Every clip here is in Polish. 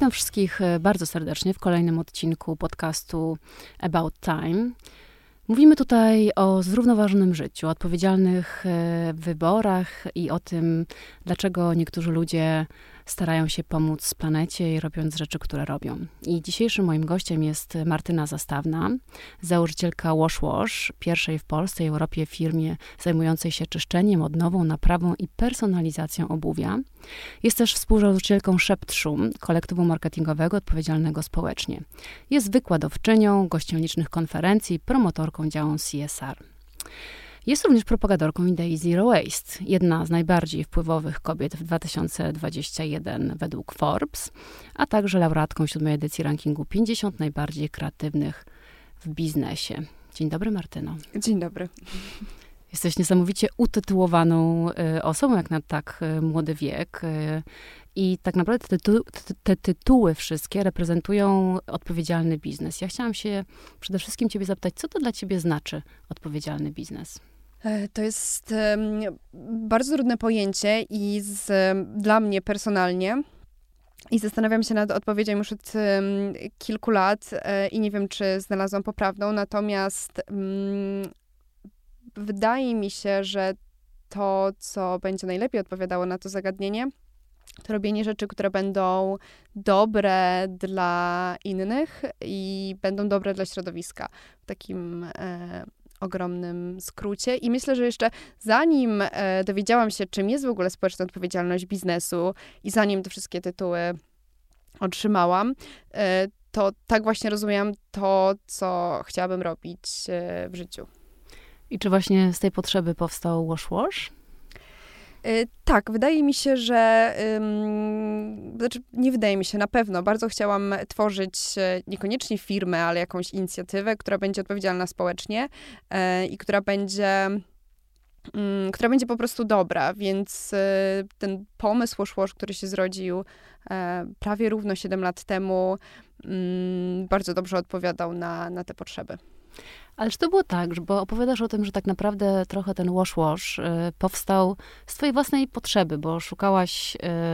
Witam wszystkich bardzo serdecznie w kolejnym odcinku podcastu About Time. Mówimy tutaj o zrównoważonym życiu, o odpowiedzialnych wyborach i o tym, dlaczego niektórzy ludzie starają się pomóc planecie i robiąc rzeczy, które robią. I dzisiejszym moim gościem jest Martyna Zastawna, założycielka Wash Wash, pierwszej w Polsce i Europie firmie zajmującej się czyszczeniem, odnową, naprawą i personalizacją obuwia. Jest też współzałożycielką Szept Szum, kolektywu marketingowego odpowiedzialnego społecznie. Jest wykładowczynią, gościem licznych konferencji, promotorką działu CSR. Jest również propagadorką idei Zero Waste, jedna z najbardziej wpływowych kobiet w 2021 według Forbes, a także laureatką 7. edycji rankingu 50 najbardziej kreatywnych w biznesie. Dzień dobry, Martyno. Dzień dobry. Jesteś niesamowicie utytułowaną osobą, jak na tak młody wiek. I tak naprawdę te tytuły wszystkie reprezentują odpowiedzialny biznes. Ja chciałam się przede wszystkim ciebie zapytać, co to dla ciebie znaczy odpowiedzialny biznes? To jest bardzo trudne pojęcie i dla mnie personalnie. I zastanawiam się nad odpowiedzią już od kilku lat i nie wiem, czy znalazłam poprawną. Natomiast wydaje mi się, że to, co będzie najlepiej odpowiadało na to zagadnienie, to robienie rzeczy, które będą dobre dla innych i będą dobre dla środowiska. W takim ogromnym skrócie. I myślę, że jeszcze zanim dowiedziałam się, czym jest w ogóle społeczna odpowiedzialność biznesu i zanim te wszystkie tytuły otrzymałam, to tak właśnie rozumiałam to, co chciałabym robić w życiu. I czy właśnie z tej potrzeby powstał Wash Wash? Tak, wydaje mi się, że, znaczy nie wydaje mi się, na pewno, bardzo chciałam tworzyć niekoniecznie firmę, ale jakąś inicjatywę, która będzie odpowiedzialna społecznie i która będzie po prostu dobra, więc ten pomysł Wash Wash, który się zrodził prawie równo 7 lat temu, bardzo dobrze odpowiadał na te potrzeby. Ale czy to było tak, bo opowiadasz o tym, że tak naprawdę trochę ten Wash Wash powstał z twojej własnej potrzeby, bo szukałaś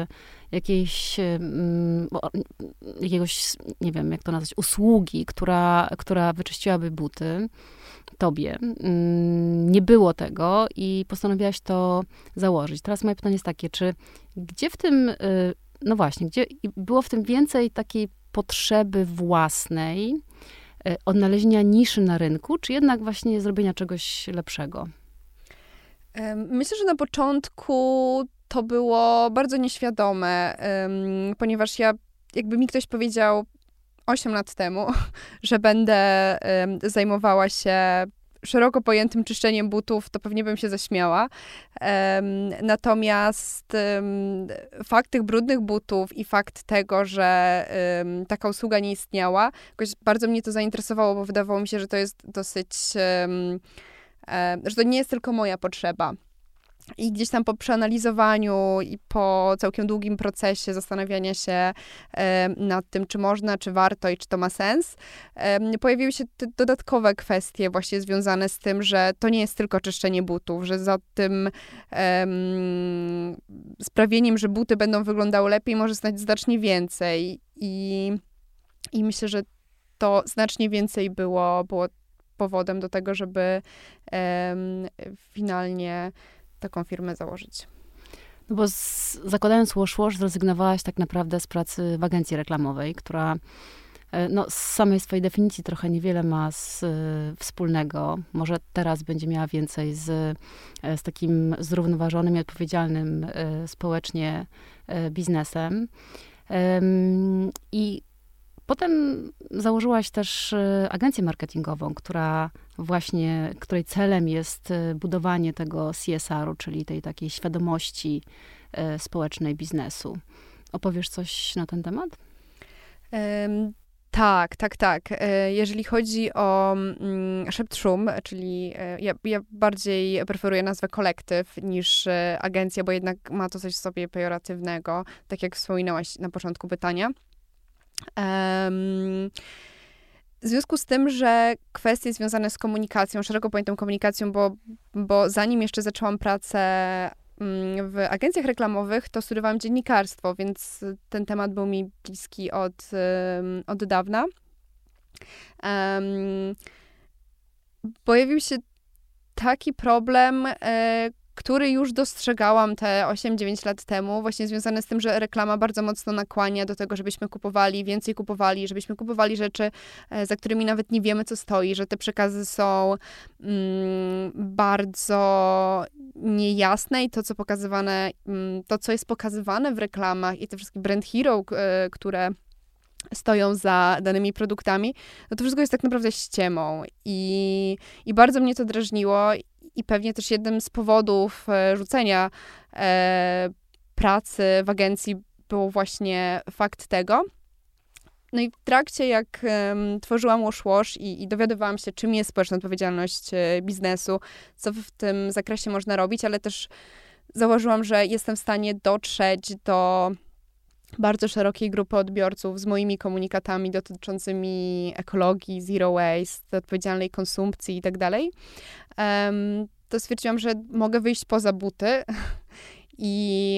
jakiegoś, nie wiem, jak to nazwać, usługi, która wyczyściłaby buty tobie. Nie było tego i postanowiłaś to założyć. Teraz moje pytanie jest takie, gdzie w tym, no właśnie, gdzie było w tym więcej takiej potrzeby własnej, odnalezienia niszy na rynku, czy jednak właśnie zrobienia czegoś lepszego? Myślę, że na początku to było bardzo nieświadome, ponieważ jakby mi ktoś powiedział 8 lat temu, że będę zajmowała się szeroko pojętym czyszczeniem butów, to pewnie bym się zaśmiała. Natomiast fakt tych brudnych butów i fakt tego, że taka usługa nie istniała, jakoś bardzo mnie to zainteresowało, bo wydawało mi się, że to jest dosyć, że to nie jest tylko moja potrzeba. I gdzieś tam po przeanalizowaniu i po całkiem długim procesie zastanawiania się nad tym, czy można, czy warto i czy to ma sens, pojawiły się te dodatkowe kwestie właśnie związane z tym, że to nie jest tylko czyszczenie butów, że za tym sprawieniem, że buty będą wyglądały lepiej, może stać znacznie więcej. I myślę, że to znacznie więcej było powodem do tego, żeby finalnie taką firmę założyć. No bo zakładając Wash Wash zrezygnowałaś tak naprawdę z pracy w agencji reklamowej, która no, z samej swojej definicji trochę niewiele ma wspólnego. Może teraz będzie miała więcej z takim zrównoważonym i odpowiedzialnym społecznie biznesem. I potem założyłaś też agencję marketingową, której celem jest budowanie tego CSR-u, czyli tej takiej świadomości społecznej biznesu. Opowiesz coś na ten temat? Tak. Jeżeli chodzi o Szept Szum, czyli ja bardziej preferuję nazwę kolektyw niż agencja, bo jednak ma to coś w sobie pejoratywnego, tak jak wspominałaś na początku pytania. W związku z tym, że kwestie związane z komunikacją, szeroko pojętą komunikacją, bo zanim jeszcze zaczęłam pracę w agencjach reklamowych, to studiowałam dziennikarstwo, więc ten temat był mi bliski od dawna. Pojawił się taki problem, który już dostrzegałam te 8-9 lat temu, właśnie związany z tym, że reklama bardzo mocno nakłania do tego, żebyśmy więcej kupowali, żebyśmy kupowali rzeczy, za którymi nawet nie wiemy, co stoi, że te przekazy są bardzo niejasne i to, co jest pokazywane w reklamach i te wszystkie brand hero, które stoją za danymi produktami, no to wszystko jest tak naprawdę ściemą. I bardzo mnie to drażniło i pewnie też jednym z powodów rzucenia pracy w agencji był właśnie fakt tego. No i w trakcie, jak tworzyłam Wash i dowiadywałam się, czym jest społeczna odpowiedzialność biznesu, co w tym zakresie można robić, ale też zauważyłam, że jestem w stanie dotrzeć do bardzo szerokiej grupy odbiorców z moimi komunikatami dotyczącymi ekologii, zero waste, odpowiedzialnej konsumpcji i tak dalej, to stwierdziłam, że mogę wyjść poza buty i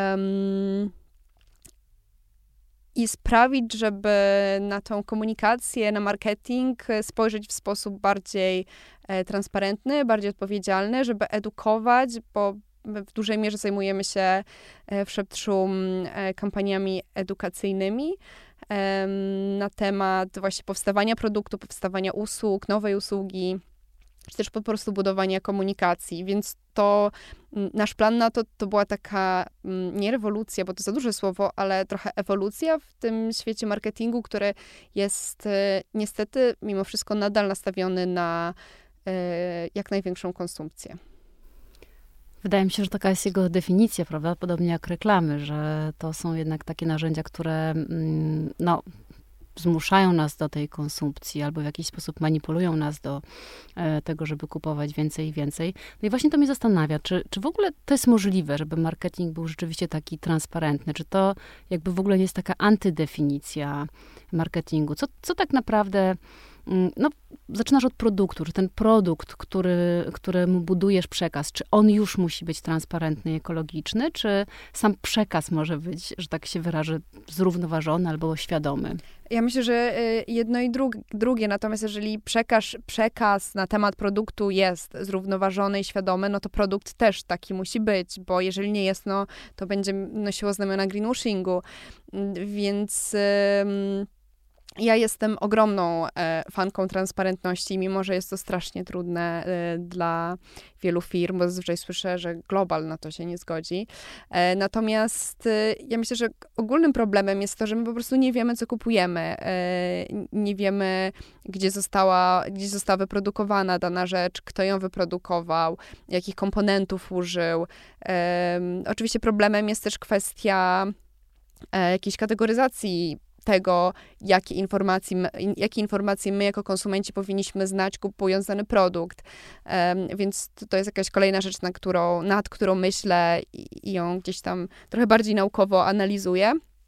sprawić, żeby na tą komunikację, na marketing spojrzeć w sposób bardziej transparentny, bardziej odpowiedzialny, żeby edukować, bo w dużej mierze zajmujemy się w Szeptrzum kampaniami edukacyjnymi na temat właśnie powstawania produktu, powstawania usług, nowej usługi, czy też po prostu budowania komunikacji. Więc nasz plan na to była taka, nie rewolucja, bo to za duże słowo, ale trochę ewolucja w tym świecie marketingu, który jest niestety mimo wszystko nadal nastawiony na jak największą konsumpcję. Wydaje mi się, że taka jest jego definicja, prawda? Podobnie jak reklamy, że to są jednak takie narzędzia, które zmuszają nas do tej konsumpcji albo w jakiś sposób manipulują nas do tego, żeby kupować więcej i więcej. No i właśnie to mnie zastanawia, czy w ogóle to jest możliwe, żeby marketing był rzeczywiście taki transparentny? Czy to jakby w ogóle nie jest taka antydefinicja marketingu? Co tak naprawdę... zaczynasz od produktu, czy ten produkt, któremu budujesz przekaz, czy on już musi być transparentny i ekologiczny, czy sam przekaz może być, że tak się wyrażę, zrównoważony albo świadomy? Ja myślę, że jedno i drugie, natomiast jeżeli przekaz na temat produktu jest zrównoważony i świadomy, no to produkt też taki musi być, bo jeżeli nie jest, no to będzie nosiło znamiona greenwashingu, więc... Ja jestem ogromną fanką transparentności, mimo że jest to strasznie trudne dla wielu firm, bo zazwyczaj słyszę, że Global na to się nie zgodzi. Natomiast ja myślę, że ogólnym problemem jest to, że my po prostu nie wiemy, co kupujemy. Nie wiemy, gdzie została wyprodukowana dana rzecz, kto ją wyprodukował, jakich komponentów użył. Oczywiście problemem jest też kwestia jakiejś kategoryzacji tego, jakie informacje my jako konsumenci powinniśmy znać, kupując dany produkt. Więc to jest jakaś kolejna rzecz, nad którą myślę i ją gdzieś tam trochę bardziej naukowo analizuję.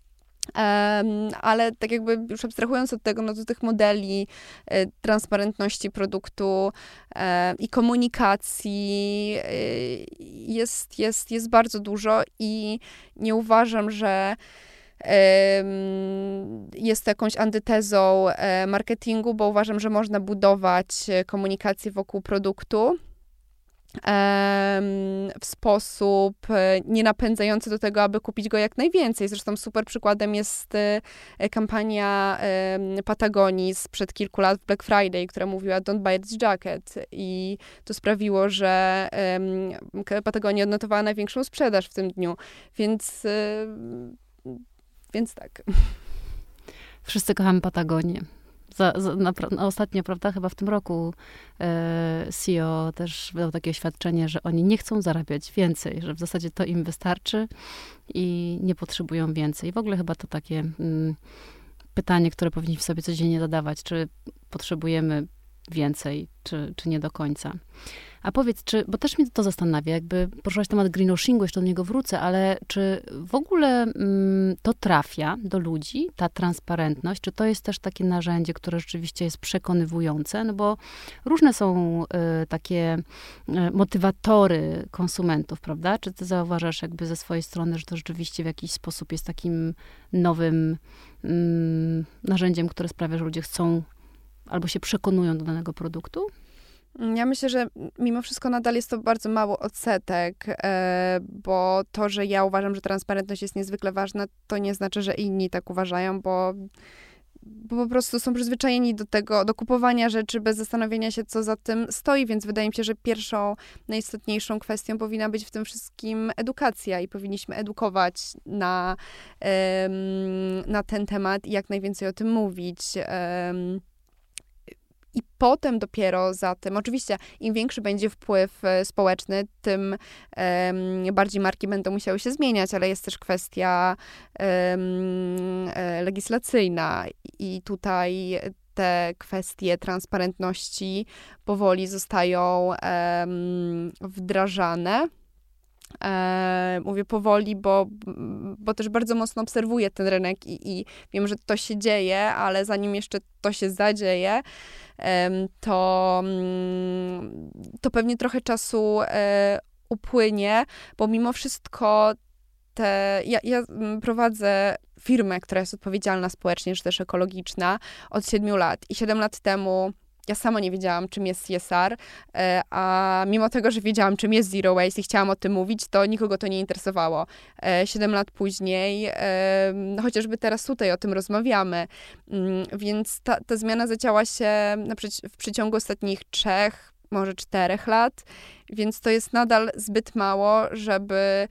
Ale tak jakby już abstrahując od tego, no to tych modeli transparentności produktu i komunikacji jest bardzo dużo i nie uważam, że jest to jakąś antytezą marketingu, bo uważam, że można budować komunikację wokół produktu w sposób nie napędzający do tego, aby kupić go jak najwięcej. Zresztą super przykładem jest kampania Patagonii sprzed kilku lat w Black Friday, która mówiła "Don't buy this jacket" i to sprawiło, że Patagonia odnotowała największą sprzedaż w tym dniu. Więc tak. Wszyscy kochamy Patagonię. Ostatnio, prawda, chyba w tym roku CEO też wydał takie oświadczenie, że oni nie chcą zarabiać więcej, że w zasadzie to im wystarczy i nie potrzebują więcej. W ogóle chyba to takie pytanie, które powinniśmy sobie codziennie zadawać, czy potrzebujemy więcej, czy nie do końca. A powiedz, bo też mnie to zastanawia, jakby poruszyłaś temat greenwashingu, jeszcze do niego wrócę, ale czy w ogóle to trafia do ludzi, ta transparentność, czy to jest też takie narzędzie, które rzeczywiście jest przekonywujące? No bo różne są takie motywatory konsumentów, prawda? Czy ty zauważasz jakby ze swojej strony, że to rzeczywiście w jakiś sposób jest takim nowym narzędziem, które sprawia, że ludzie chcą albo się przekonują do danego produktu? Ja myślę, że mimo wszystko nadal jest to bardzo mały odsetek, bo to, że ja uważam, że transparentność jest niezwykle ważna, to nie znaczy, że inni tak uważają, bo po prostu są przyzwyczajeni do tego, do kupowania rzeczy bez zastanowienia się, co za tym stoi, więc wydaje mi się, że pierwszą, najistotniejszą kwestią powinna być w tym wszystkim edukacja i powinniśmy edukować na ten temat i jak najwięcej o tym mówić. I potem dopiero za tym, oczywiście im większy będzie wpływ społeczny, tym bardziej marki będą musiały się zmieniać, ale jest też kwestia legislacyjna i tutaj te kwestie transparentności powoli zostają wdrażane. Mówię powoli, bo też bardzo mocno obserwuję ten rynek i wiem, że to się dzieje, ale zanim jeszcze to się zadzieje, to pewnie trochę czasu upłynie, bo mimo wszystko ja prowadzę firmę, która jest odpowiedzialna społecznie, czy też ekologiczna od 7 lat i 7 lat temu ja sama nie wiedziałam, czym jest CSR, a mimo tego, że wiedziałam, czym jest Zero Waste i chciałam o tym mówić, to nikogo to nie interesowało. 7 lat później, chociażby teraz tutaj o tym rozmawiamy, więc ta zmiana zadziała się w przeciągu ostatnich 3, może 4 lat, więc to jest nadal zbyt mało, żeby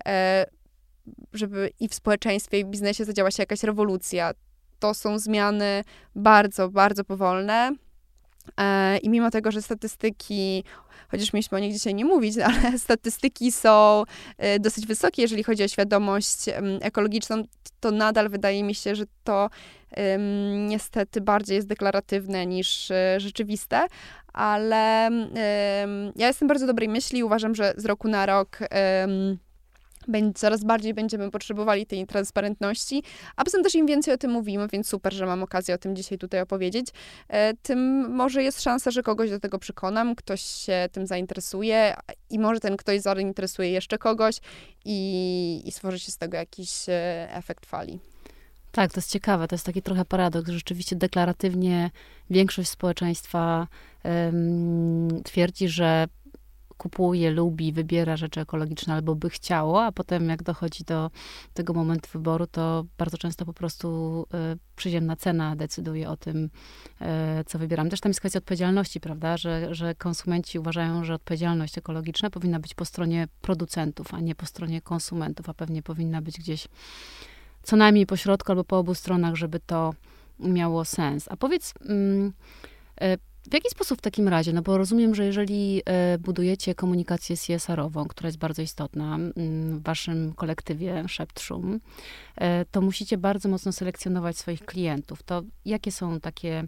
i w społeczeństwie, i w biznesie zadziała się jakaś rewolucja. To są zmiany bardzo, bardzo powolne. I mimo tego, że statystyki, chociaż mieliśmy o nich dzisiaj nie mówić, ale statystyki są dosyć wysokie, jeżeli chodzi o świadomość ekologiczną, to nadal wydaje mi się, że to niestety bardziej jest deklaratywne niż rzeczywiste, ale ja jestem bardzo dobrej myśli i uważam, że z roku na rok coraz bardziej będziemy potrzebowali tej transparentności, a poza tym też im więcej o tym mówimy, więc super, że mam okazję o tym dzisiaj tutaj opowiedzieć, tym może jest szansa, że kogoś do tego przekonam, ktoś się tym zainteresuje i może ten ktoś zainteresuje jeszcze kogoś i stworzy się z tego jakiś efekt fali. Tak, to jest ciekawe, to jest taki trochę paradoks, że rzeczywiście deklaratywnie większość społeczeństwa twierdzi, że kupuje, lubi, wybiera rzeczy ekologiczne albo by chciało, a potem jak dochodzi do tego momentu wyboru, to bardzo często po prostu przyziemna cena decyduje o tym, co wybieram. Też tam jest kwestia odpowiedzialności, prawda, że konsumenci uważają, że odpowiedzialność ekologiczna powinna być po stronie producentów, a nie po stronie konsumentów, a pewnie powinna być gdzieś co najmniej po środku albo po obu stronach, żeby to miało sens. A powiedz, w jaki sposób w takim razie? No bo rozumiem, że jeżeli budujecie komunikację CSR-ową, która jest bardzo istotna w waszym kolektywie Szept Szum, to musicie bardzo mocno selekcjonować swoich klientów. To jakie są takie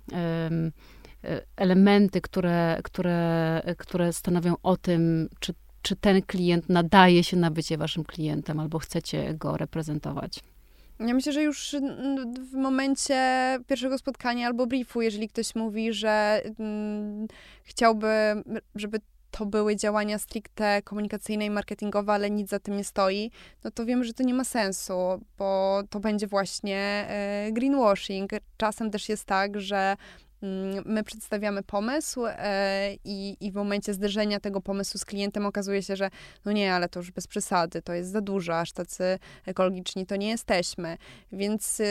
elementy, które stanowią o tym, czy ten klient nadaje się na bycie waszym klientem, albo chcecie go reprezentować? Ja myślę, że już w momencie pierwszego spotkania albo briefu, jeżeli ktoś mówi, że chciałby, żeby to były działania stricte komunikacyjne i marketingowe, ale nic za tym nie stoi, no to wiem, że to nie ma sensu, bo to będzie właśnie greenwashing. Czasem też jest tak, że my przedstawiamy pomysł i w momencie zderzenia tego pomysłu z klientem okazuje się, że no nie, ale to już bez przesady, to jest za dużo, aż tacy ekologiczni to nie jesteśmy. Więc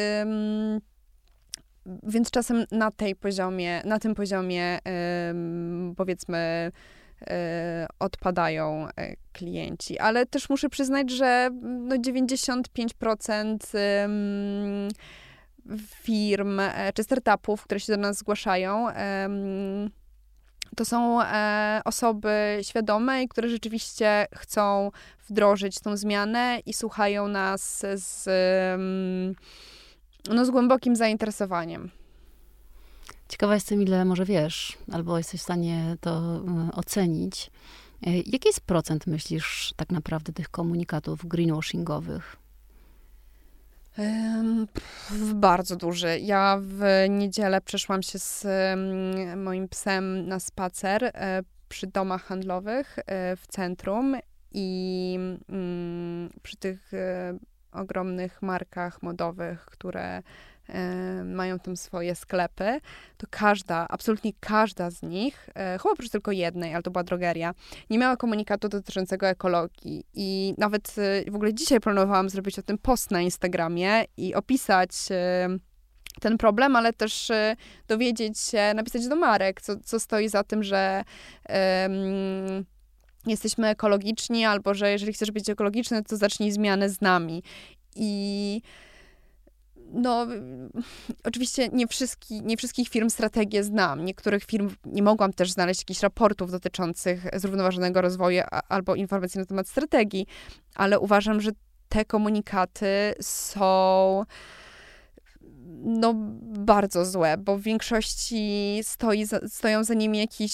czasem na tym poziomie powiedzmy odpadają klienci. Ale też muszę przyznać, że no 95% firm czy startupów, które się do nas zgłaszają, to są osoby świadome i które rzeczywiście chcą wdrożyć tą zmianę i słuchają nas z głębokim zainteresowaniem. Ciekawa jestem, ile może wiesz, albo jesteś w stanie to ocenić. Jaki jest procent, myślisz, tak naprawdę tych komunikatów greenwashingowych? Bardzo duży. Ja w niedzielę przeszłam się z moim psem na spacer przy domach handlowych w centrum i przy tych ogromnych markach modowych, które mają tam swoje sklepy, to absolutnie każda z nich, chyba oprócz tylko jednej, ale to była drogeria, nie miała komunikatu dotyczącego ekologii. I nawet w ogóle dzisiaj planowałam zrobić o tym post na Instagramie i opisać ten problem, ale też dowiedzieć się, napisać do marek, co stoi za tym, że jesteśmy ekologiczni, albo że jeżeli chcesz być ekologiczny, to zacznij zmianę z nami. I no, oczywiście nie wszystkich firm strategię znam. Niektórych firm nie mogłam też znaleźć jakichś raportów dotyczących zrównoważonego rozwoju albo informacji na temat strategii, ale uważam, że te komunikaty są bardzo złe, bo w większości stoją za nimi jakieś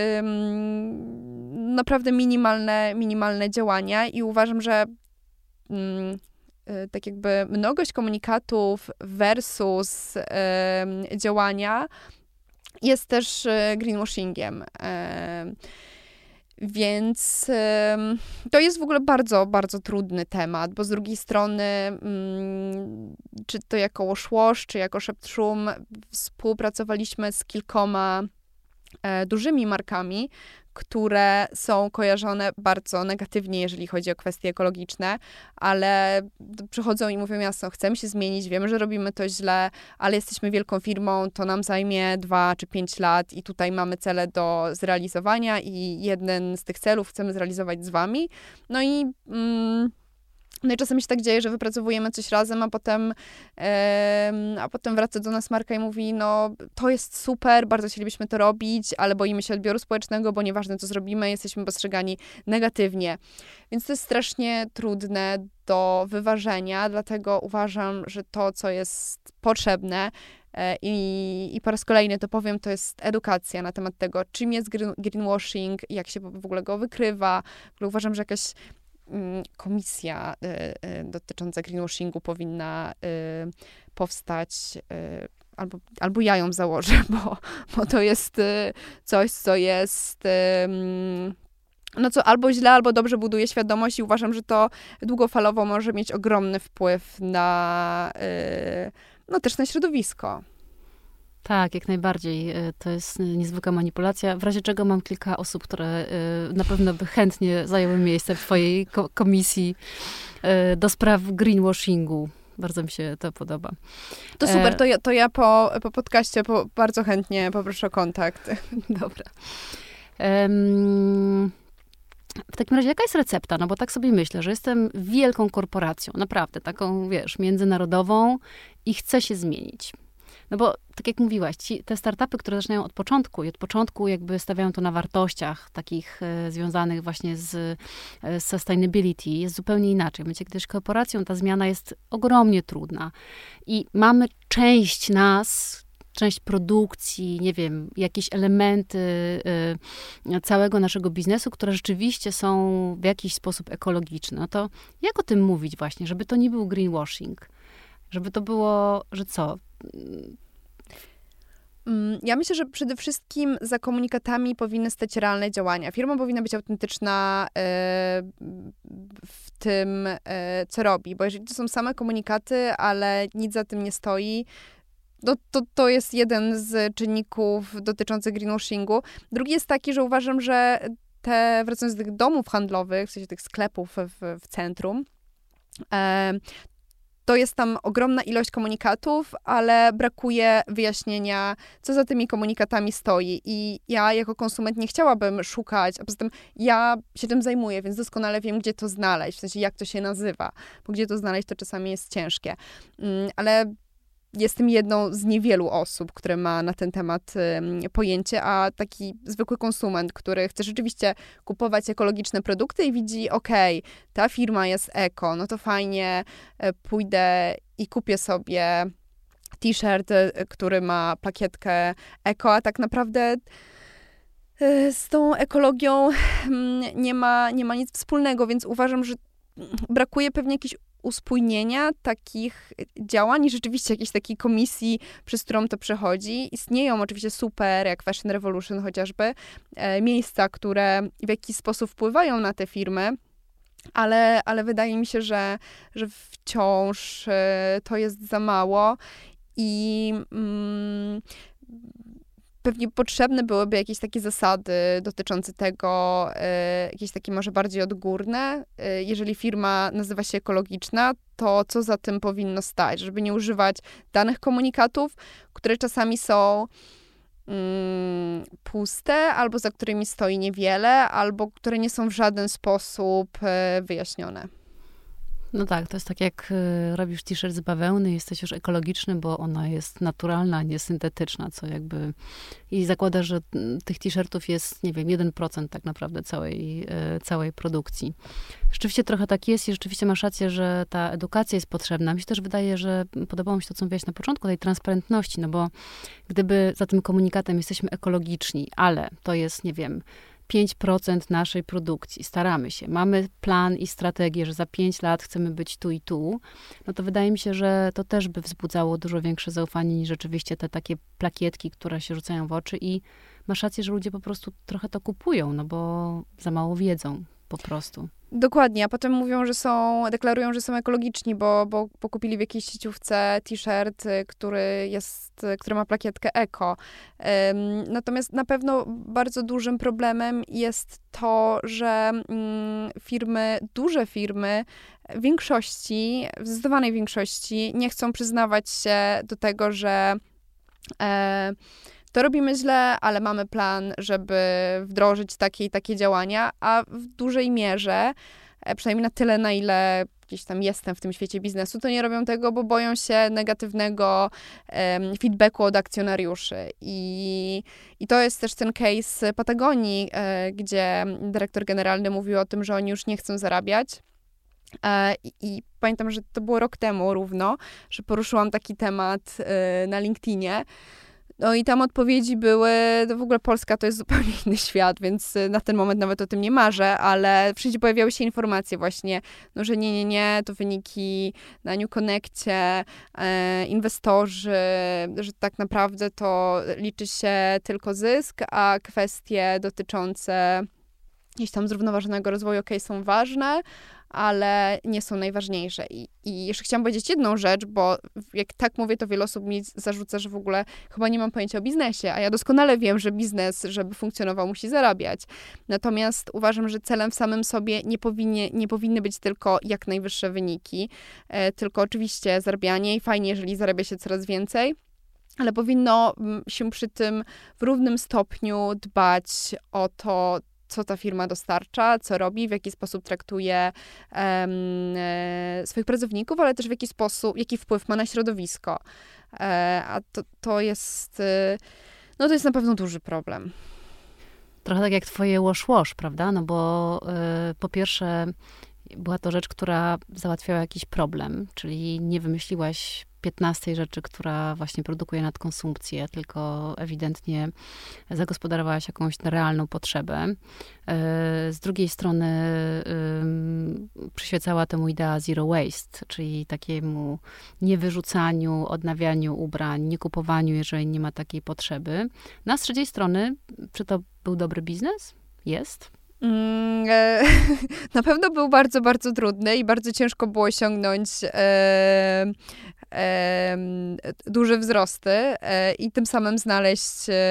naprawdę minimalne działania i uważam, że tak jakby mnogość komunikatów versus działania jest też greenwashingiem. Więc to jest w ogóle bardzo, bardzo trudny temat, bo z drugiej strony, czy to jako Wash, czy jako Szept-Szum, współpracowaliśmy z kilkoma dużymi markami, które są kojarzone bardzo negatywnie, jeżeli chodzi o kwestie ekologiczne, ale przychodzą i mówią jasno, chcemy się zmienić, wiemy, że robimy to źle, ale jesteśmy wielką firmą, to nam zajmie 2 czy 5 lat i tutaj mamy cele do zrealizowania i jeden z tych celów chcemy zrealizować z wami. No i czasem się tak dzieje, że wypracowujemy coś razem, a potem wraca do nas marka i mówi, no to jest super, bardzo chcielibyśmy to robić, ale boimy się odbioru społecznego, bo nieważne co zrobimy, jesteśmy postrzegani negatywnie. Więc to jest strasznie trudne do wyważenia, dlatego uważam, że to, co jest potrzebne, i po raz kolejny to powiem, to jest edukacja na temat tego, czym jest greenwashing, jak się w ogóle go wykrywa. W ogóle uważam, że jakaś komisja dotycząca greenwashingu powinna powstać, albo ja ją założę, bo to jest coś, co jest co albo źle, albo dobrze buduje świadomość i uważam, że to długofalowo może mieć ogromny wpływ na też na środowisko. Tak, jak najbardziej. To jest niezwykła manipulacja, w razie czego mam kilka osób, które na pewno by chętnie zajęły miejsce w twojej komisji do spraw greenwashingu. Bardzo mi się to podoba. To super, to ja po podcaście bardzo chętnie poproszę o kontakt. Dobra. W takim razie, jaka jest recepta? No bo tak sobie myślę, że jestem wielką korporacją, naprawdę, taką, międzynarodową i chcę się zmienić. No bo, tak jak mówiłaś, te startupy, które zaczynają od początku i od początku jakby stawiają to na wartościach takich związanych właśnie z sustainability, jest zupełnie inaczej. Będzie kiedyś korporacją, ta zmiana jest ogromnie trudna. I mamy część produkcji, nie wiem, jakieś elementy całego naszego biznesu, które rzeczywiście są w jakiś sposób ekologiczne. No to jak o tym mówić właśnie, żeby to nie był greenwashing? Żeby to było, że co? Ja myślę, że przede wszystkim za komunikatami powinny stać realne działania. Firma powinna być autentyczna w tym, co robi, bo jeżeli to są same komunikaty, ale nic za tym nie stoi, to jest jeden z czynników dotyczących greenwashingu. Drugi jest taki, że uważam, że wracając do tych domów handlowych, w sensie tych sklepów w centrum, to jest tam ogromna ilość komunikatów, ale brakuje wyjaśnienia, co za tymi komunikatami stoi. I ja jako konsument nie chciałabym szukać, a poza tym ja się tym zajmuję, więc doskonale wiem, gdzie to znaleźć, w sensie jak to się nazywa, bo gdzie to znaleźć, to czasami jest ciężkie. Ale jestem jedną z niewielu osób, które ma na ten temat pojęcie, a taki zwykły konsument, który chce rzeczywiście kupować ekologiczne produkty i widzi, okej, ta firma jest eko, no to fajnie, pójdę i kupię sobie t-shirt, który ma plakietkę eko, a tak naprawdę z tą ekologią nie ma nic wspólnego, więc uważam, że brakuje pewnie jakiegoś uspójnienia takich działań i rzeczywiście jakiejś takiej komisji, przez którą to przechodzi. Istnieją oczywiście super, jak Fashion Revolution chociażby, miejsca, które w jakiś sposób wpływają na te firmy, ale wydaje mi się, że wciąż to jest za mało i pewnie potrzebne byłyby jakieś takie zasady dotyczące tego, jakieś takie może bardziej odgórne. Jeżeli firma nazywa się ekologiczna, to co za tym powinno stać? Żeby nie używać danych komunikatów, które czasami są puste, albo za którymi stoi niewiele, albo które nie są w żaden sposób wyjaśnione. No tak, to jest tak jak robisz t-shirt z bawełny, jesteś już ekologiczny, bo ona jest naturalna, a nie syntetyczna, co jakby i zakłada, że tych t-shirtów jest, nie wiem, 1% tak naprawdę całej produkcji. Rzeczywiście trochę tak jest i rzeczywiście masz rację, że ta edukacja jest potrzebna. Mi się też wydaje, że podobało mi się to, co mówiłaś na początku, tej transparentności, no bo gdyby za tym komunikatem jesteśmy ekologiczni, ale to jest, nie wiem, 5% naszej produkcji, staramy się, mamy plan i strategię, że za 5 lat chcemy być tu i tu, no to wydaje mi się, że to też by wzbudzało dużo większe zaufanie niż rzeczywiście te takie plakietki, które się rzucają w oczy i masz rację, że ludzie po prostu trochę to kupują, no bo za mało wiedzą po prostu. Dokładnie, a potem mówią, deklarują, że są ekologiczni, bo kupili w jakiejś sieciówce t-shirt, który ma plakietkę eko. Natomiast na pewno bardzo dużym problemem jest to, że duże firmy w zdecydowanej większości nie chcą przyznawać się do tego, że to robimy źle, ale mamy plan, żeby wdrożyć takie i takie działania, a w dużej mierze, przynajmniej na tyle, na ile gdzieś tam jestem w tym świecie biznesu, to nie robią tego, bo boją się negatywnego feedbacku od akcjonariuszy. I to jest też ten case Patagonii, gdzie dyrektor generalny mówił o tym, że oni już nie chcą zarabiać. I pamiętam, że to było rok temu równo, że poruszyłam taki temat na LinkedInie. No i tam odpowiedzi były, w ogóle Polska to jest zupełnie inny świat, więc na ten moment nawet o tym nie marzę, ale wszędzie pojawiały się informacje właśnie, no, że nie, to wyniki na New Connectie, inwestorzy, że tak naprawdę to liczy się tylko zysk, a kwestie dotyczące gdzieś tam zrównoważonego rozwoju, są ważne, ale nie są najważniejsze. I jeszcze chciałam powiedzieć jedną rzecz, bo jak tak mówię, to wiele osób mi zarzuca, że w ogóle chyba nie mam pojęcia o biznesie, a ja doskonale wiem, że biznes, żeby funkcjonował, musi zarabiać. Natomiast uważam, że celem w samym sobie nie powinny być tylko jak najwyższe wyniki, tylko oczywiście zarabianie i fajnie, jeżeli zarabia się coraz więcej, ale powinno się przy tym w równym stopniu dbać o to, co ta firma dostarcza, co robi, w jaki sposób traktuje swoich pracowników, ale też jaki wpływ ma na środowisko. A to jest na pewno duży problem. Trochę tak jak twoje wash, prawda? No bo po pierwsze była to rzecz, która załatwiała jakiś problem, czyli nie wymyśliłaś 15 rzeczy, która właśnie produkuje nadkonsumpcję, tylko ewidentnie zagospodarowałaś jakąś realną potrzebę. Z drugiej strony przyświecała temu idea zero waste, czyli takiemu niewyrzucaniu, odnawianiu ubrań, nie kupowaniu, jeżeli nie ma takiej potrzeby. No a z trzeciej strony, czy to był dobry biznes? Jest. Na pewno był bardzo, bardzo trudny i bardzo ciężko było osiągnąć duże wzrosty i tym samym znaleźć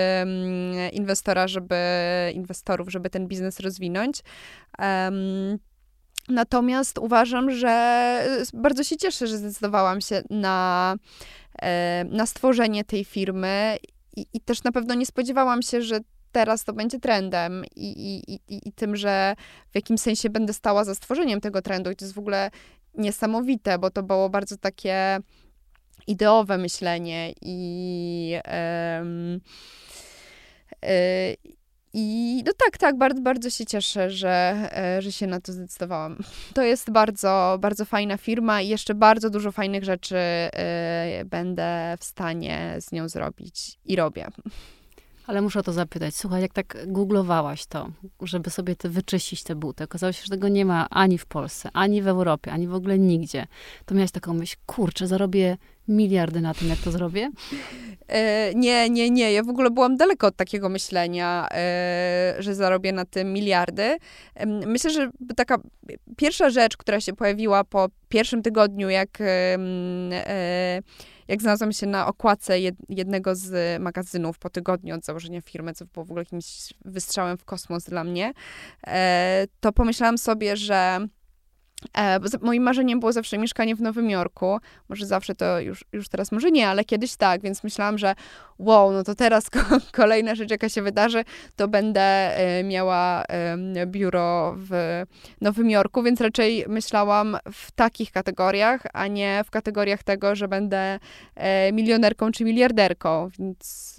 inwestorów, żeby ten biznes rozwinąć. Natomiast uważam, że bardzo się cieszę, że zdecydowałam się na stworzenie tej firmy i też na pewno nie spodziewałam się, że teraz to będzie trendem i tym, że w jakimś sensie będę stała za stworzeniem tego trendu. I to jest w ogóle niesamowite, bo to było bardzo takie ideowe myślenie i I no tak, bardzo, bardzo się cieszę, że się na to zdecydowałam. To jest bardzo, bardzo fajna firma i jeszcze bardzo dużo fajnych rzeczy będę w stanie z nią zrobić i robię. Ale muszę o to zapytać. Słuchaj, jak tak googlowałaś to, żeby sobie wyczyścić te buty, okazało się, że tego nie ma ani w Polsce, ani w Europie, ani w ogóle nigdzie. To miałaś taką myśl, kurczę, zarobię miliardy na tym, jak to zrobię? Nie. Ja w ogóle byłam daleko od takiego myślenia, że zarobię na tym miliardy. Myślę, że taka pierwsza rzecz, która się pojawiła po pierwszym tygodniu, jak znalazłam się na okładce jednego z magazynów po tygodniu od założenia firmy, co było w ogóle jakimś wystrzałem w kosmos dla mnie, to pomyślałam sobie, że moim marzeniem było zawsze mieszkanie w Nowym Jorku. Może zawsze to już teraz może nie, ale kiedyś tak, więc myślałam, że wow, no to teraz kolejna rzecz, jaka się wydarzy, to będę miała biuro w Nowym Jorku, więc raczej myślałam w takich kategoriach, a nie w kategoriach tego, że będę milionerką czy miliarderką, więc...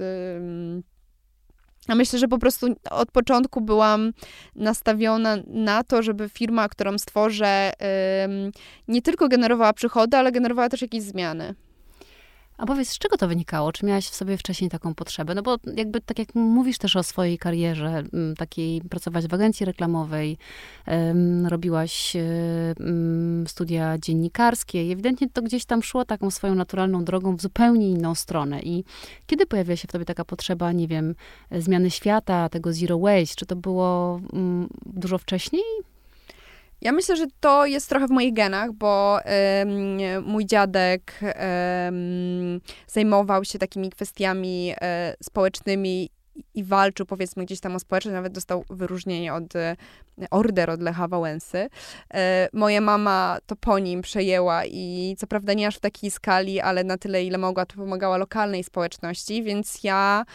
A myślę, że po prostu od początku byłam nastawiona na to, żeby firma, którą stworzę, nie tylko generowała przychody, ale generowała też jakieś zmiany. A powiedz, z czego to wynikało? Czy miałaś w sobie wcześniej taką potrzebę? No bo jakby tak jak mówisz też o swojej karierze, takiej, pracowałaś w agencji reklamowej, robiłaś studia dziennikarskie i ewidentnie to gdzieś tam szło taką swoją naturalną drogą w zupełnie inną stronę. I kiedy pojawiła się w tobie taka potrzeba, nie wiem, zmiany świata, tego zero waste? Czy to było dużo wcześniej? Ja myślę, że to jest trochę w moich genach, bo mój dziadek zajmował się takimi kwestiami społecznymi i walczył, powiedzmy, gdzieś tam o społeczność, nawet dostał wyróżnienie order od Lecha Wałęsy. Moja mama to po nim przejęła i co prawda nie aż w takiej skali, ale na tyle, ile mogła, to pomagała lokalnej społeczności, więc ja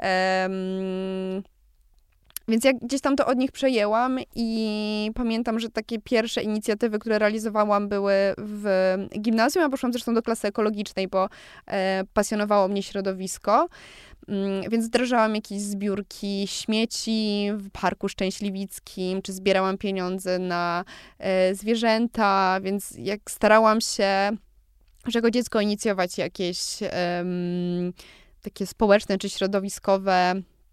gdzieś tam to od nich przejęłam i pamiętam, że takie pierwsze inicjatywy, które realizowałam, były w gimnazjum. Ja poszłam zresztą do klasy ekologicznej, bo pasjonowało mnie środowisko. Więc wdrażałam jakieś zbiórki śmieci w Parku Szczęśliwickim, czy zbierałam pieniądze na zwierzęta, więc jak starałam się, że jako dziecko inicjować jakieś takie społeczne czy środowiskowe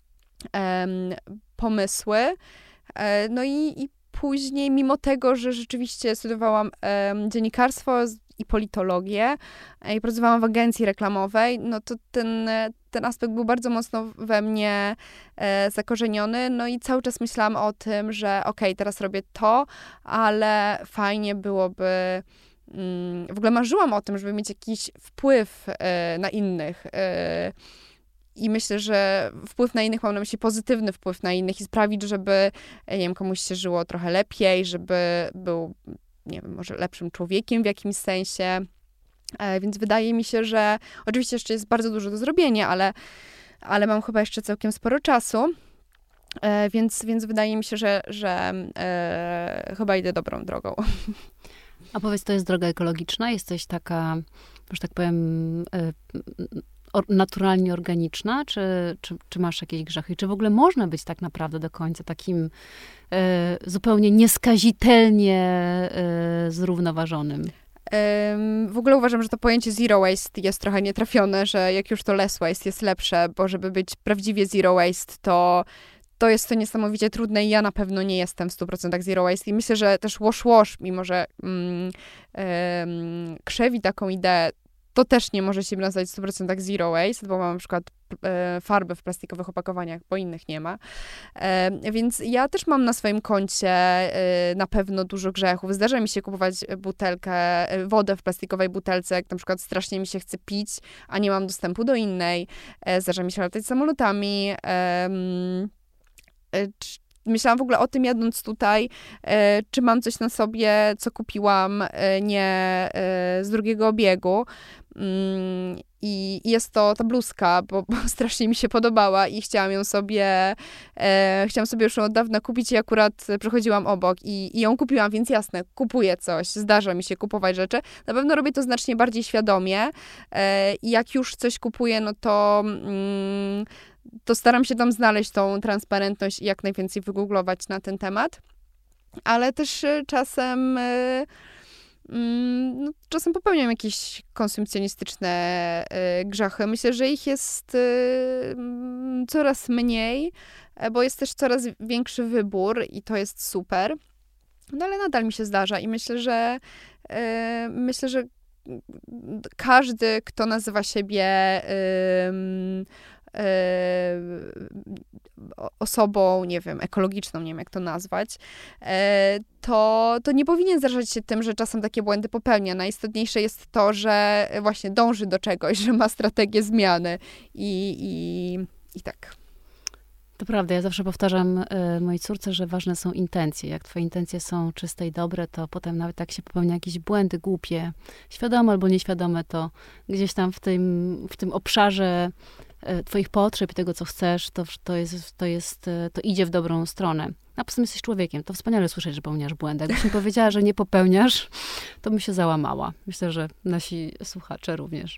pomysły. No i później, mimo tego, że rzeczywiście studiowałam dziennikarstwo i politologię i pracowałam w agencji reklamowej, no to ten aspekt był bardzo mocno we mnie zakorzeniony, no i cały czas myślałam o tym, że okej, teraz robię to, ale fajnie byłoby, w ogóle marzyłam o tym, żeby mieć jakiś wpływ na innych. I myślę, że wpływ na innych, mam na myśli pozytywny wpływ na innych i sprawić, żeby, nie wiem, komuś się żyło trochę lepiej, żeby był, nie wiem, może lepszym człowiekiem w jakimś sensie. Więc wydaje mi się, że oczywiście jeszcze jest bardzo dużo do zrobienia, ale mam chyba jeszcze całkiem sporo czasu. Więc wydaje mi się, że chyba idę dobrą drogą. A powiedz, to jest droga ekologiczna? Jesteś taka, że tak powiem, naturalnie organiczna? Czy masz jakieś grzechy? Czy w ogóle można być tak naprawdę do końca takim zupełnie nieskazitelnie zrównoważonym? W ogóle uważam, że to pojęcie zero waste jest trochę nietrafione, że jak już to less waste jest lepsze, bo żeby być prawdziwie zero waste, to jest to niesamowicie trudne i ja na pewno nie jestem w 100% zero waste. I myślę, że też wash, mimo że krzewi taką ideę, to też nie może się nazwać 100% zero waste, bo mam na przykład farby w plastikowych opakowaniach, bo innych nie ma. Więc ja też mam na swoim koncie na pewno dużo grzechów. Zdarza mi się kupować wodę w plastikowej butelce, jak na przykład strasznie mi się chce pić, a nie mam dostępu do innej. Zdarza mi się latać samolotami. Myślałam w ogóle o tym, jadąc tutaj, czy mam coś na sobie, co kupiłam nie z drugiego obiegu. I jest to ta bluzka, bo strasznie mi się podobała i chciałam sobie już od dawna kupić i akurat przechodziłam obok i ją kupiłam, więc jasne, kupuję coś, zdarza mi się kupować rzeczy. Na pewno robię to znacznie bardziej świadomie i jak już coś kupuję, no to to staram się tam znaleźć tą transparentność i jak najwięcej wygooglować na ten temat. Ale też czasem popełniam jakieś konsumpcjonistyczne grzechy. Myślę, że ich jest coraz mniej, bo jest też coraz większy wybór i to jest super. No ale nadal mi się zdarza i myślę, że każdy, kto nazywa siebie osobą, nie wiem, ekologiczną, nie wiem jak to nazwać, to nie powinien zrażać się tym, że czasem takie błędy popełnia. Najistotniejsze jest to, że właśnie dąży do czegoś, że ma strategię zmiany i tak. To prawda, ja zawsze powtarzam mojej córce, że ważne są intencje. Jak twoje intencje są czyste i dobre, to potem nawet jak się popełnia jakieś błędy głupie, świadome albo nieświadome, to gdzieś tam w tym obszarze twoich potrzeb i tego, co chcesz, to idzie w dobrą stronę. A poza tym jesteś człowiekiem. To wspaniale słyszeć, że popełniasz błędy. Jakbyś mi powiedziała, że nie popełniasz, to bym się załamała. Myślę, że nasi słuchacze również.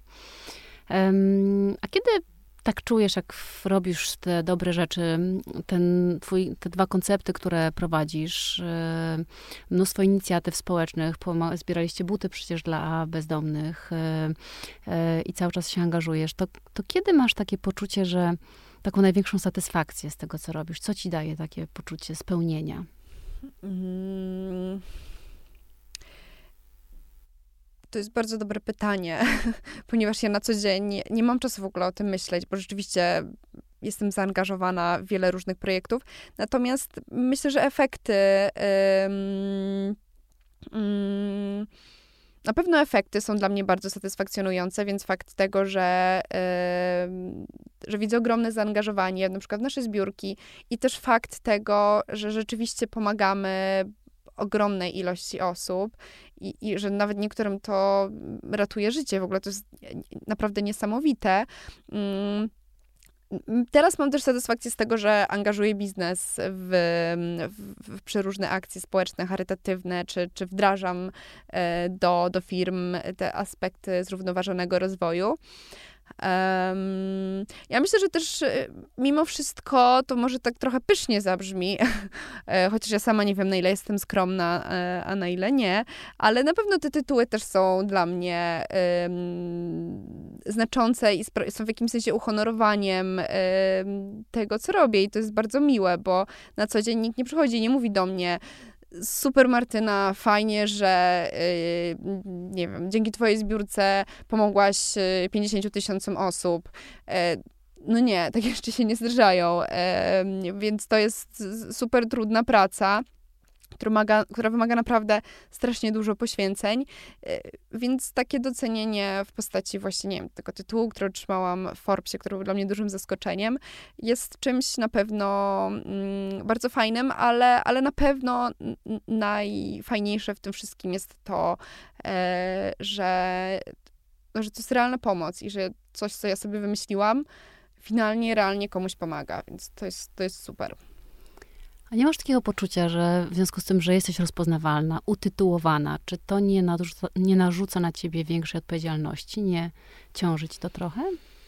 A kiedy tak czujesz, jak robisz te dobre rzeczy, te 2 koncepty, które prowadzisz, mnóstwo inicjatyw społecznych, zbieraliście buty przecież dla bezdomnych i cały czas się angażujesz, to kiedy masz takie poczucie, że taką największą satysfakcję z tego, co robisz? Co ci daje takie poczucie spełnienia? To jest bardzo dobre pytanie, ponieważ ja na co dzień nie mam czasu w ogóle o tym myśleć, bo rzeczywiście jestem zaangażowana w wiele różnych projektów. Natomiast myślę, że efekty, na pewno efekty są dla mnie bardzo satysfakcjonujące, więc fakt tego, że widzę ogromne zaangażowanie, na przykład w nasze zbiórki i też fakt tego, że rzeczywiście pomagamy ogromnej ilości osób i że nawet niektórym to ratuje życie. W ogóle to jest naprawdę niesamowite. Teraz mam też satysfakcję z tego, że angażuję biznes w przeróżne akcje społeczne, charytatywne, czy wdrażam do firm te aspekty zrównoważonego rozwoju. Ja myślę, że też mimo wszystko to może tak trochę pysznie zabrzmi, chociaż ja sama nie wiem, na ile jestem skromna, a na ile nie, ale na pewno te tytuły też są dla mnie znaczące i są w jakimś sensie uhonorowaniem tego, co robię i to jest bardzo miłe, bo na co dzień nikt nie przychodzi i nie mówi do mnie: super, Martyna, fajnie, że nie wiem, dzięki twojej zbiórce pomogłaś 50 000 osób. No nie, takie rzeczy się nie zdarzają, więc to jest super trudna praca, która wymaga naprawdę strasznie dużo poświęceń, więc takie docenienie w postaci właśnie, nie wiem, tego tytułu, który otrzymałam w Forbesie, który był dla mnie dużym zaskoczeniem, jest czymś na pewno bardzo fajnym, ale na pewno najfajniejsze w tym wszystkim jest to, że to jest realna pomoc i że coś, co ja sobie wymyśliłam, finalnie realnie komuś pomaga, więc to jest super. A nie masz takiego poczucia, że w związku z tym, że jesteś rozpoznawalna, utytułowana, czy to nie narzuca na ciebie większej odpowiedzialności? Nie ciąży ci to trochę?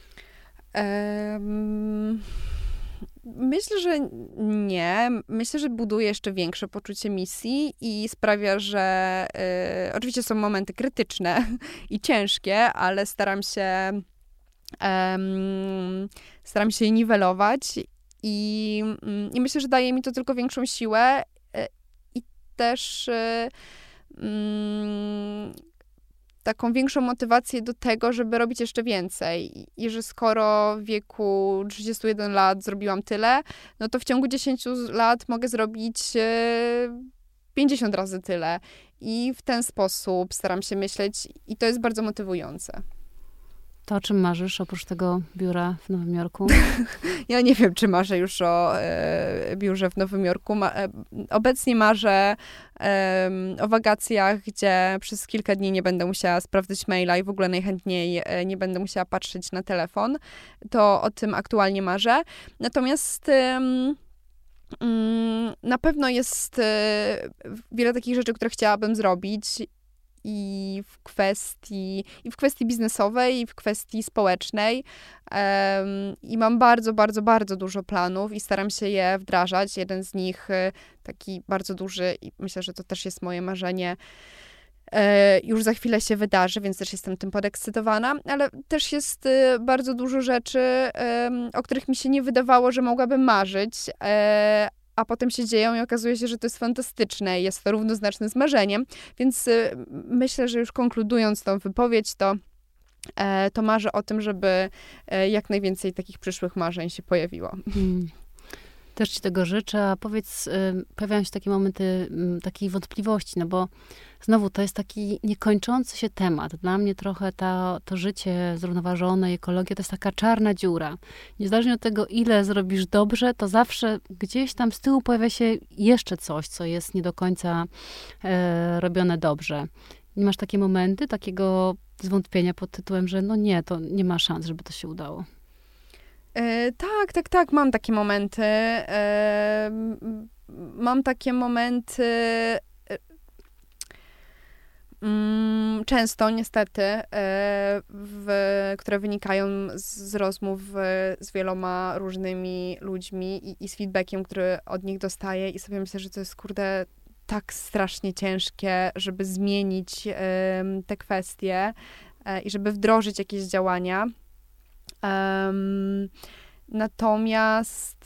Myślę, że nie. Myślę, że buduje jeszcze większe poczucie misji i sprawia, że oczywiście są momenty krytyczne i ciężkie, ale staram się je niwelować. I myślę, że daje mi to tylko większą siłę i też taką większą motywację do tego, żeby robić jeszcze więcej. I że skoro w wieku 31 lat zrobiłam tyle, no to w ciągu 10 lat mogę zrobić 50 razy tyle. I w ten sposób staram się myśleć i to jest bardzo motywujące. To o czym marzysz oprócz tego biura w Nowym Jorku? Ja nie wiem, czy marzę już o biurze w Nowym Jorku. Obecnie marzę o wakacjach, gdzie przez kilka dni nie będę musiała sprawdzać maila i w ogóle najchętniej nie będę musiała patrzeć na telefon. To o tym aktualnie marzę. Natomiast na pewno jest wiele takich rzeczy, które chciałabym zrobić. i w kwestii biznesowej, i w kwestii społecznej. I mam bardzo, bardzo, bardzo dużo planów i staram się je wdrażać. Jeden z nich, taki bardzo duży, i myślę, że to też jest moje marzenie, już za chwilę się wydarzy, więc też jestem tym podekscytowana, ale też jest bardzo dużo rzeczy, o których mi się nie wydawało, że mogłabym marzyć, a potem się dzieją i okazuje się, że to jest fantastyczne i jest to równoznaczne z marzeniem, więc myślę, że już konkludując tą wypowiedź, to marzę o tym, żeby jak najwięcej takich przyszłych marzeń się pojawiło. Też ci tego życzę, a powiedz, pojawiają się takie momenty takiej wątpliwości, no bo znowu to jest taki niekończący się temat. Dla mnie trochę to życie zrównoważone, ekologia to jest taka czarna dziura. Niezależnie od tego, ile zrobisz dobrze, to zawsze gdzieś tam z tyłu pojawia się jeszcze coś, co jest nie do końca robione dobrze. Nie masz takie momenty, takiego zwątpienia pod tytułem, że no nie, to nie ma szans, żeby to się udało? Tak, mam takie momenty. Mam takie momenty często niestety, które wynikają z rozmów z wieloma różnymi ludźmi i z feedbackiem, który od nich dostaję i sobie myślę, że to jest tak strasznie ciężkie, żeby zmienić te kwestie i żeby wdrożyć jakieś działania. Natomiast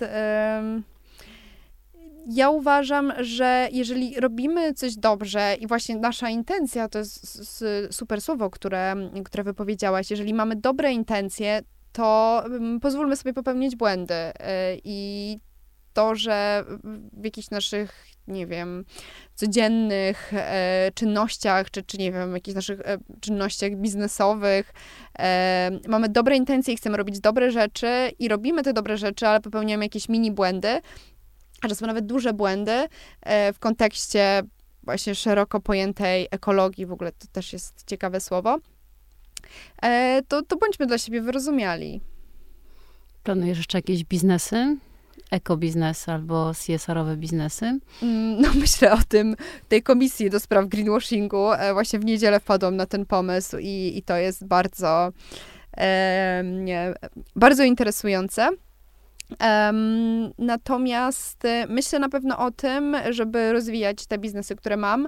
ja uważam, że jeżeli robimy coś dobrze i właśnie nasza intencja, to jest super słowo, które wypowiedziałaś, jeżeli mamy dobre intencje, to pozwólmy sobie popełnić błędy i to, że w jakichś naszych, nie wiem, codziennych czynnościach, czy nie wiem, jakichś naszych czynnościach biznesowych mamy dobre intencje i chcemy robić dobre rzeczy i robimy te dobre rzeczy, ale popełniamy jakieś mini błędy, a czasem nawet duże błędy w kontekście właśnie szeroko pojętej ekologii, w ogóle to też jest ciekawe słowo, to bądźmy dla siebie wyrozumiali. Planujesz jeszcze jakieś biznesy? Ekobiznesy albo CSR-owe biznesy? No myślę o tej komisji do spraw greenwashingu. Właśnie w niedzielę wpadłam na ten pomysł i to jest bardzo, bardzo interesujące. Natomiast myślę na pewno o tym, żeby rozwijać te biznesy, które mam.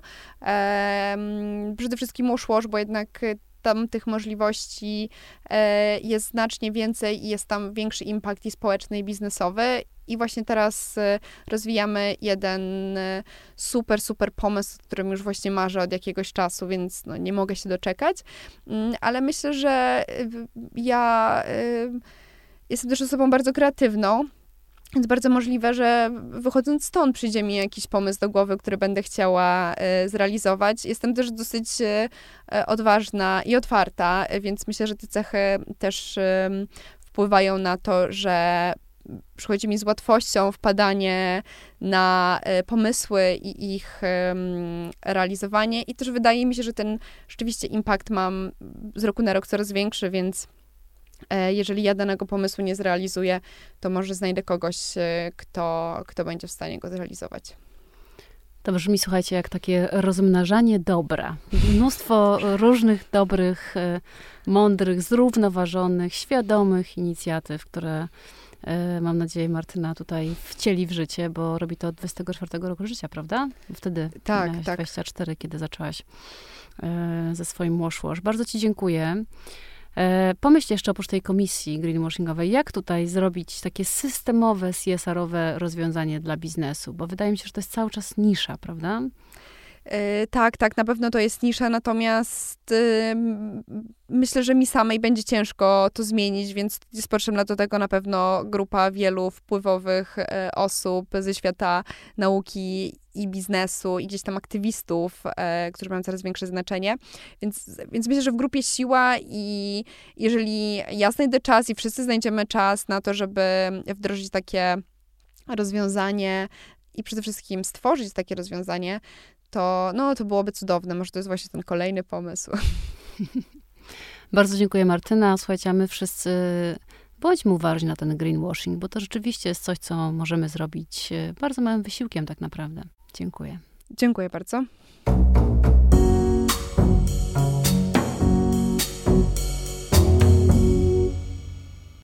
Przede wszystkim Washwash, bo jednak tam tych możliwości jest znacznie więcej i jest tam większy impact i społeczny, i biznesowy. I właśnie teraz rozwijamy jeden super pomysł, o którym już właśnie marzę od jakiegoś czasu, więc no, nie mogę się doczekać. Ale myślę, że ja jestem też osobą bardzo kreatywną, więc bardzo możliwe, że wychodząc stąd przyjdzie mi jakiś pomysł do głowy, który będę chciała zrealizować. Jestem też dosyć odważna i otwarta, więc myślę, że te cechy też wpływają na to, że przychodzi mi z łatwością wpadanie na pomysły i ich realizowanie i też wydaje mi się, że ten rzeczywiście impact mam z roku na rok coraz większy, więc jeżeli ja danego pomysłu nie zrealizuję, to może znajdę kogoś, kto będzie w stanie go zrealizować. To brzmi, słuchajcie, jak takie rozmnażanie dobra. Mnóstwo różnych dobrych, mądrych, zrównoważonych, świadomych inicjatyw, które mam nadzieję, Martyna tutaj wcieli w życie, bo robi to od 24 roku życia, prawda? Wtedy miałaś 24, kiedy zaczęłaś ze swoim Washwash. Bardzo ci dziękuję. Pomyśl jeszcze oprócz tej komisji greenwashingowej, jak tutaj zrobić takie systemowe, CSR-owe rozwiązanie dla biznesu, bo wydaje mi się, że to jest cały czas nisza, prawda? Tak, na pewno to jest nisza, natomiast myślę, że mi samej będzie ciężko to zmienić, więc jest potrzebna do tego na pewno grupa wielu wpływowych osób ze świata nauki i biznesu i gdzieś tam aktywistów, którzy mają coraz większe znaczenie. Więc myślę, że w grupie siła i jeżeli ja znajdę czas i wszyscy znajdziemy czas na to, żeby wdrożyć takie rozwiązanie i przede wszystkim stworzyć takie rozwiązanie, to byłoby cudowne. Może to jest właśnie ten kolejny pomysł. Bardzo dziękuję, Martyna. Słuchajcie, a my wszyscy bądźmy uważni na ten greenwashing, bo to rzeczywiście jest coś, co możemy zrobić bardzo małym wysiłkiem tak naprawdę. Dziękuję. Dziękuję bardzo.